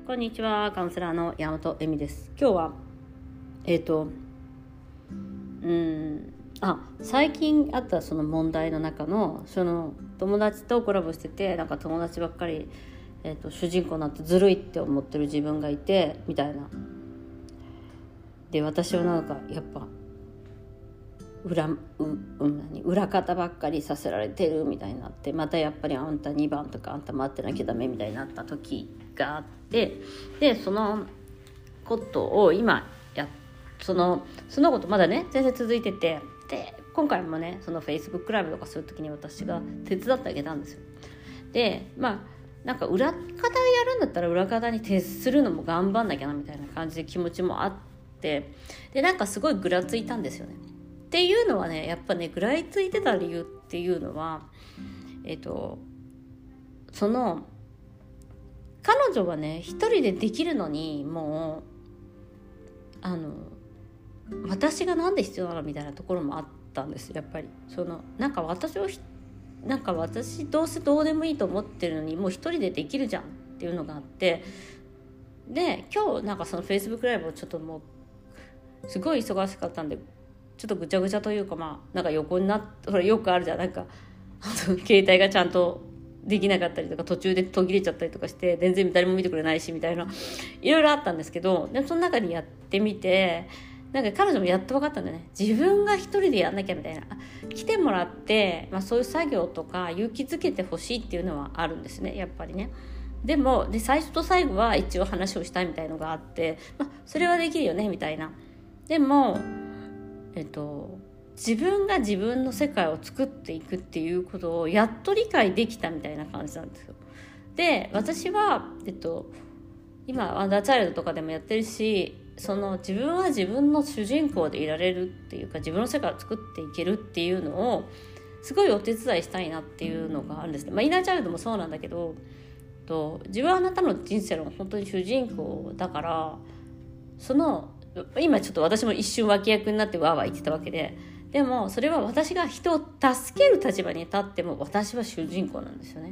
こんにちは、カウンセラーの山本恵美です。今日は最近あったその問題の中のその友達とコラボしてて、なんか友達ばっかり、主人公になってずるいって思ってる自分がいてみたいな。で、私はなんかやっぱ裏方ばっかりさせられてるみたいになって、またやっぱりあんた2番とかあんた待ってなきゃダメみたいになった時があって、でそのことを今そのことまだね全然続いてて、で今回もねその Facebook ライブとかする時に私が手伝ってあげたんですよ。でなんか裏方やるんだったら裏方に徹するのも頑張んなきゃなみたいな感じで気持ちもあって、でなんかすごいぐらついたんですよね。っていうのはね、やっぱねぐらついてた理由っていうのはその彼女はね一人でできるのに、もう私がなんで必要なのみたいなところもあったんです。やっぱりなんか私どうせどうでもいいと思ってるのにもう一人でできるじゃんっていうのがあって、で今日なんかその Facebook ライブをちょっともうすごい忙しかったんでちょっとぐちゃぐちゃというか、なんか横になってほらよくあるじゃん、なんか携帯がちゃんとできなかったりとか途中で途切れちゃったりとかして全然誰も見てくれないしみたいないろいろあったんですけど、でその中にやってみてなんか彼女もやっと分かったんだよね。自分が一人でやんなきゃみたいな、来てもらって、そういう作業とか勇気づけてほしいっていうのはあるんですね、やっぱりね。でも最初と最後は一応話をしたいみたいのがあって、それはできるよねみたいな。でも自分が自分の世界を作っていくっていうことをやっと理解できたみたいな感じなんですよ。で私は、今ワンダーチャイルドとかでもやってるし、自分は自分の主人公でいられるっていうか、自分の世界を作っていけるっていうのをすごいお手伝いしたいなっていうのがあるんですね。インナーチャイルドもそうなんだけど、自分はあなたの人生の本当に主人公だから、今ちょっと私も一瞬脇役になってわーわー言ってたわけでもそれは私が人を助ける立場に立っても私は主人公なんですよね。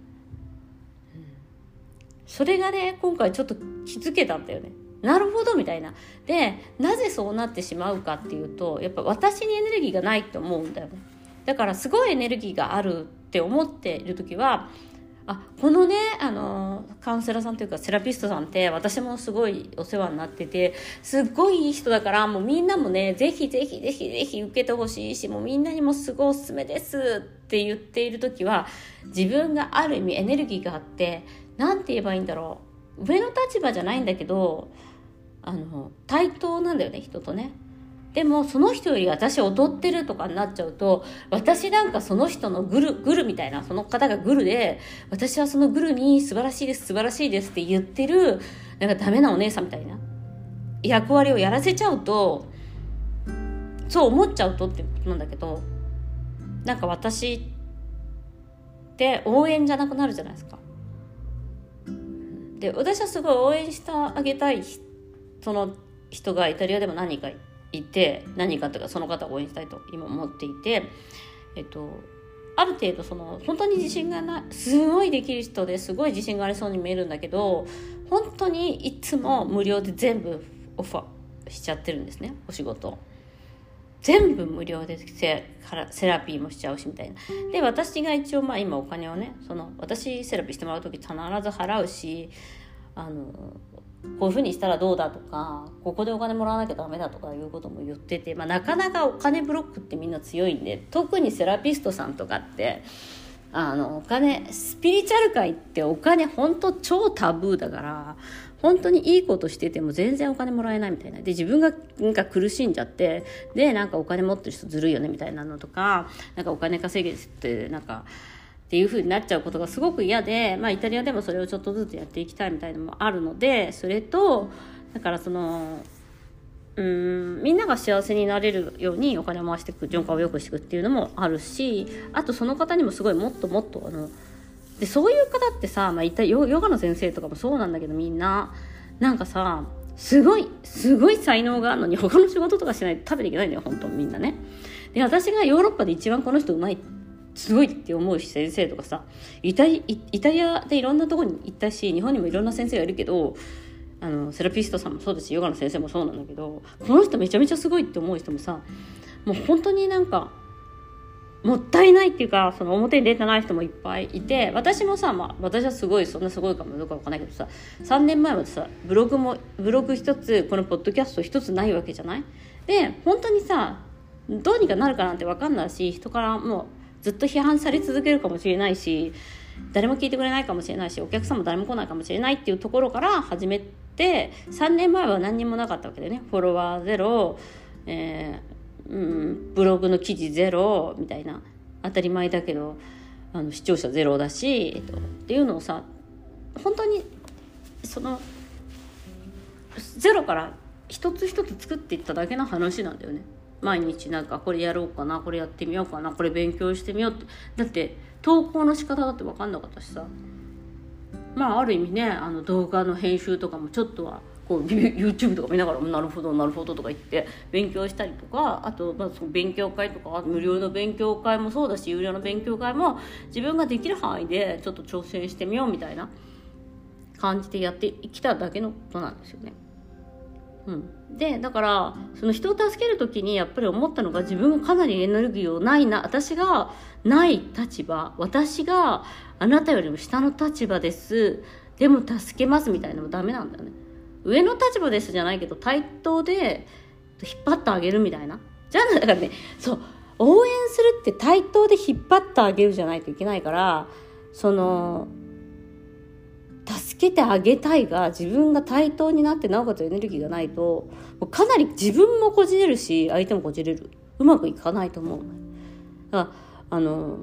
それがね今回ちょっと気づけたんだよね。なるほどみたいな。でなぜそうなってしまうかっていうと、やっぱ私にエネルギーがないって思うんだよね。だからすごいエネルギーがあるって思っている時は、このねカウンセラーさんというかセラピストさんって私もすごいお世話になってて、すっごいいい人だから、もうみんなもねぜひぜひぜひぜひ受けてほしいし、もうみんなにもすごいおすすめですって言っている時は、自分がある意味エネルギーがあって、なんて言えばいいんだろう、上の立場じゃないんだけど対等なんだよね、人とね。でもその人より私劣ってるとかになっちゃうと、私なんかその人のグルみたいな、その方がグルで、私はそのグルに素晴らしいです素晴らしいですって言ってるなんかダメなお姉さんみたいな役割をやらせちゃうと、そう思っちゃうとってことなんだけど、なんか私って応援じゃなくなるじゃないですか。で私はすごい応援してあげたいその人がイタリアでも何人かいて、何かというかその方を応援したいと今思っていて、ある程度本当に自信がない、すごいできる人ですごい自信がありそうに見えるんだけど、本当にいつも無料で全部オファーしちゃってるんですね。お仕事全部無料でセラピーもしちゃうしみたいな。で私が一応今お金をね私セラピーしてもらう時必ず払うし、こういう風にしたらどうだとか、ここでお金もらわなきゃダメだとかいうことも言ってて、なかなかお金ブロックってみんな強いんで、特にセラピストさんとかってお金、スピリチュアル界ってお金本当超タブーだから、本当にいいことしてても全然お金もらえないみたいな。で自分がなんか苦しんじゃって、でなんかお金持ってる人ずるいよねみたいなのとか、なんかお金稼げてなんかっていう風になっちゃうことがすごく嫌で、イタリアでもそれをちょっとずつやっていきたいみたいなのもあるので、それとだからみんなが幸せになれるようにお金を回していく、循環を良くしていくっていうのもあるし、あとその方にもすごいもっともっとでそういう方ってさ、ヨガの先生とかもそうなんだけど、みんななんかさすごい才能があるのに他の仕事とかしないと食べていけないんだよ本当みんなね。で私がヨーロッパで一番この人うまいってすごいって思う先生とかさ、イタリアでいろんなところに行ったし、日本にもいろんな先生がいるけど、セラピストさんもそうですし、ヨガの先生もそうなんだけど、この人めちゃめちゃすごいって思う人もさ、もう本当になんかもったいないっていうか、その表に出てない人もいっぱいいて、私もさ、私はすごい、そんなすごいかもどうかわかんないけどさ、3年前までさ、ブログ一つ、このポッドキャスト一つないわけじゃない。で本当にさ、どうにかなるかなんてわかんないし、人からもうずっと批判され続けるかもしれないし、誰も聞いてくれないかもしれないし、お客さんも誰も来ないかもしれないっていうところから始めて、3年前は何にもなかったわけでね。フォロワーゼロ、ブログの記事ゼロみたいな、当たり前だけど視聴者ゼロだし、っていうのをさ、本当にそのゼロから一つ一つ作っていっただけの話なんだよね。毎日なんかこれやろうかな、これやってみようかな、これ勉強してみようって。だって投稿の仕方だって分かんなかったしさ、ある意味ね、動画の編集とかもちょっとはこう YouTube とか見ながらなるほどなるほどとか言って勉強したりとか、あとその勉強会とか、無料の勉強会もそうだし、有料の勉強会も自分ができる範囲でちょっと挑戦してみようみたいな感じでやってきただけのことなんですよね。でだからその人を助ける時にやっぱり思ったのが、自分がかなりエネルギーを私がない立場、私があなたよりも下の立場です、でも助けますみたいなのもダメなんだよね。上の立場ですじゃないけど、対等で引っ張ってあげるみたいな。じゃあだからね、そう応援するって対等で引っ張ってあげるじゃないといけないから、その助けてあげたいが自分が対等になって、なおかつエネルギーがないとかなり自分もこじれるし、相手もこじれる、うまくいかないと思う。だから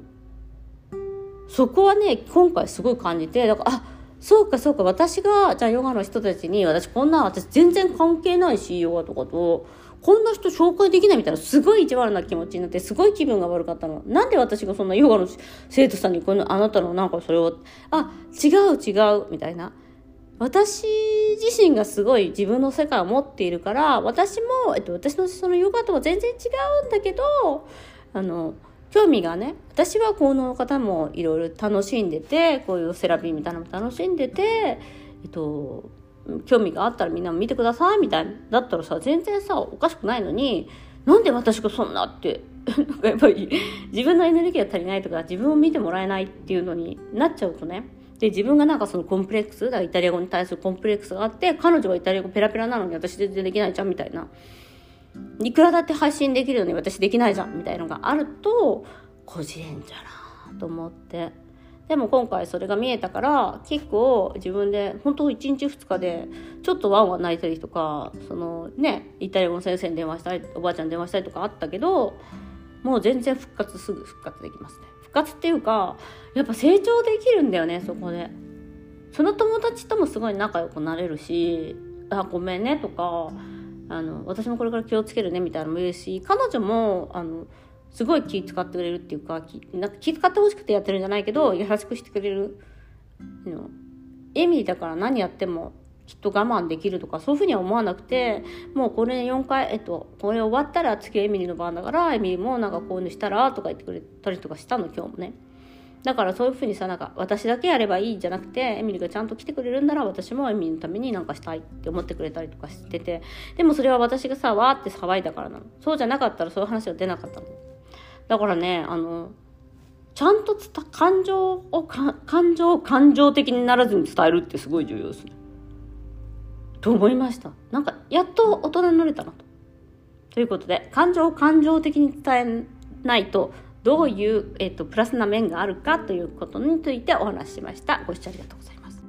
そこはね、今回すごい感じて、だからそうか私がじゃあヨガの人たちに、私全然関係ないし、ヨガとかとこんな人紹介できないみたいな、すごい意地悪な気持ちになって、すごい気分が悪かったの。なんで私がそんなヨガの生徒さんにあなたのなんかそれを違うみたいな。私自身がすごい自分の世界を持っているから、私も、私のそのヨガとは全然違うんだけど、興味がね、私はこの方もいろいろ楽しんでて、こういうセラピーみたいなのも楽しんでて、興味があったらみんなも見てくださいみたいな、だったらさ、全然さおかしくないのに、なんで私がそんなってやっぱり自分のエネルギーが足りないとか、自分を見てもらえないっていうのになっちゃうとね、で自分がなんかそのコンプレックスだ、イタリア語に対するコンプレックスがあって、彼女はイタリア語ペラペラなのに私全然できないじゃんみたいな、いくらだって配信できるのに私できないじゃんみたいなのがあると、こじれんじゃなと思って。でも今回それが見えたから、結構自分で本当1日2日でちょっとワンワン泣いたりとか、そのね、イタリア語の先生に電話したり、おばあちゃんに電話したりとかあったけど、もう全然すぐ復活できますね。復活っていうか、やっぱ成長できるんだよね、そこで。その友達ともすごい仲良くなれるし、ごめんねとか、私もこれから気をつけるねみたいなのも言うし、彼女もすごい気遣ってくれるっていうか、なんか気遣ってほしくてやってるんじゃないけど、優しくしてくれる。エミリーだから何やってもきっと我慢できるとか、そういうふうには思わなくて、もうこれ4回、これ終わったら次エミリーの番だから、エミリーもなんかこういうのしたらとか言ってくれたりとかしたの、今日もね。だからそういうふうにさ、なんか私だけやればいいじゃなくて、エミリーがちゃんと来てくれるんなら、私もエミリーのためになんかしたいって思ってくれたりとかしてて、でもそれは私がさ、わーって騒いだからなの。そうじゃなかったらそういう話は出なかったの。だからね、ちゃんと感情を感情的にならずに伝えるってすごい重要ですね。と思いました。なんかやっと大人になれたなと。ということで、感情を感情的に伝えないとどういう、プラスな面があるかということについてお話ししました。ご視聴ありがとうございます。